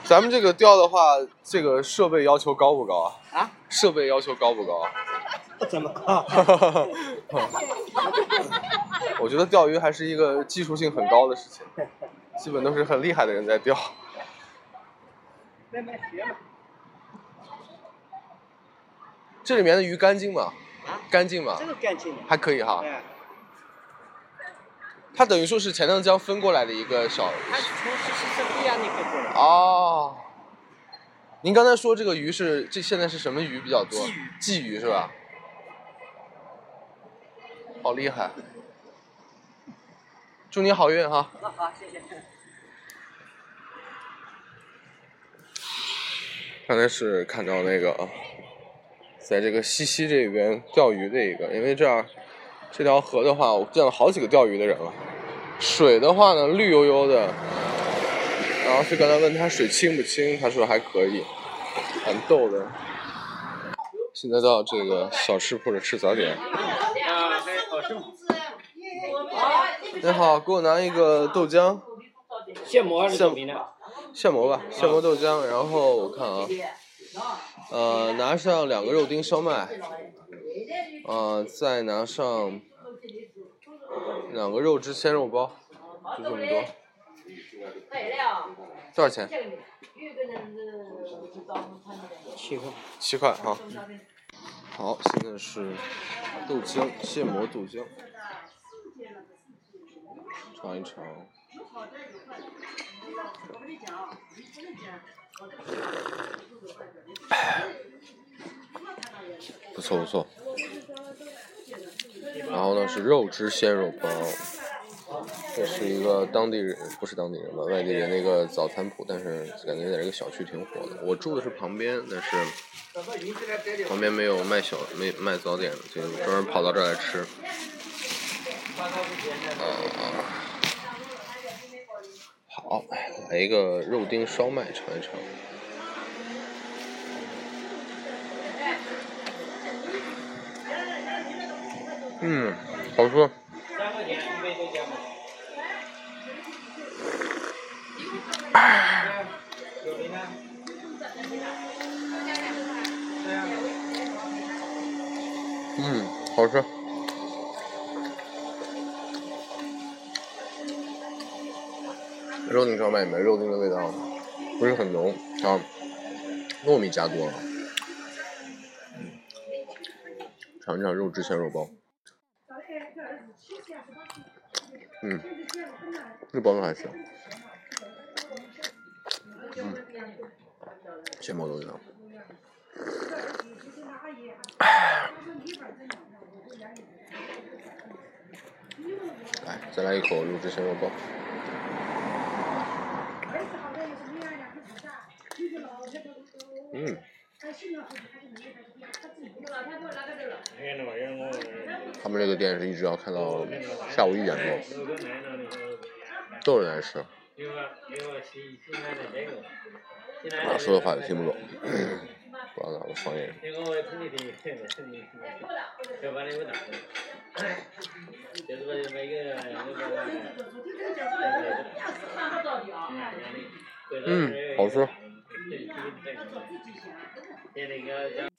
咱们这个钓的话，这个设备要求高不高啊？ 啊？ 设备要求高不高啊？ 怎么高？ 我觉得钓鱼还是一个技术性很高的事情，基本都是很厉害的人在钓。这里面的鱼干净吗？ 啊？ 干净吗？ 这个干净的， 还可以哈。 对。 它等于说是钱塘江分过来的一个小。 它是从西山对岸那边过来。 哦。您刚才说这个鱼是现在是什么鱼比较多？鲫鱼是吧？好厉害！祝你好运哈。 好，谢谢。 刚才是看到那个，在这个西溪这边钓鱼的一个，因为这条河的话，我见了好几个钓鱼的人了。水的话呢，绿油油的，然后是刚才问他水清不清，他说还可以，很逗的。现在到这个小吃铺的吃早点。你好，给我拿一个豆浆。 现磨还是透明的？ 现磨吧，现磨豆浆。然后我看啊，拿上2个肉丁烧麦，再拿上2个肉汁鲜肉包，就这么多。多少钱？7块啊。好，现在是豆浆，现磨豆浆，尝一尝。不错不错。然后呢是肉汁鲜肉包，这是一个当地人，不是当地人吧，外地人的一个早餐铺，但是感觉在这个小区挺火的。我住的是旁边，但是旁边没有卖早点的，就专门跑到这儿来吃。好，来一个肉丁烧麦尝一尝。好吃。好吃。肉丁烧麦里面肉丁的味道不是很浓，糯米加多了。尝一尝肉汁鲜肉包。这包子还行。现磨豆浆。来，再来一口肉汁鲜肉包。他们这个店是一直要看到下午1点多，都有人来吃。说的话也听不懂，不知道哪个方言。好吃。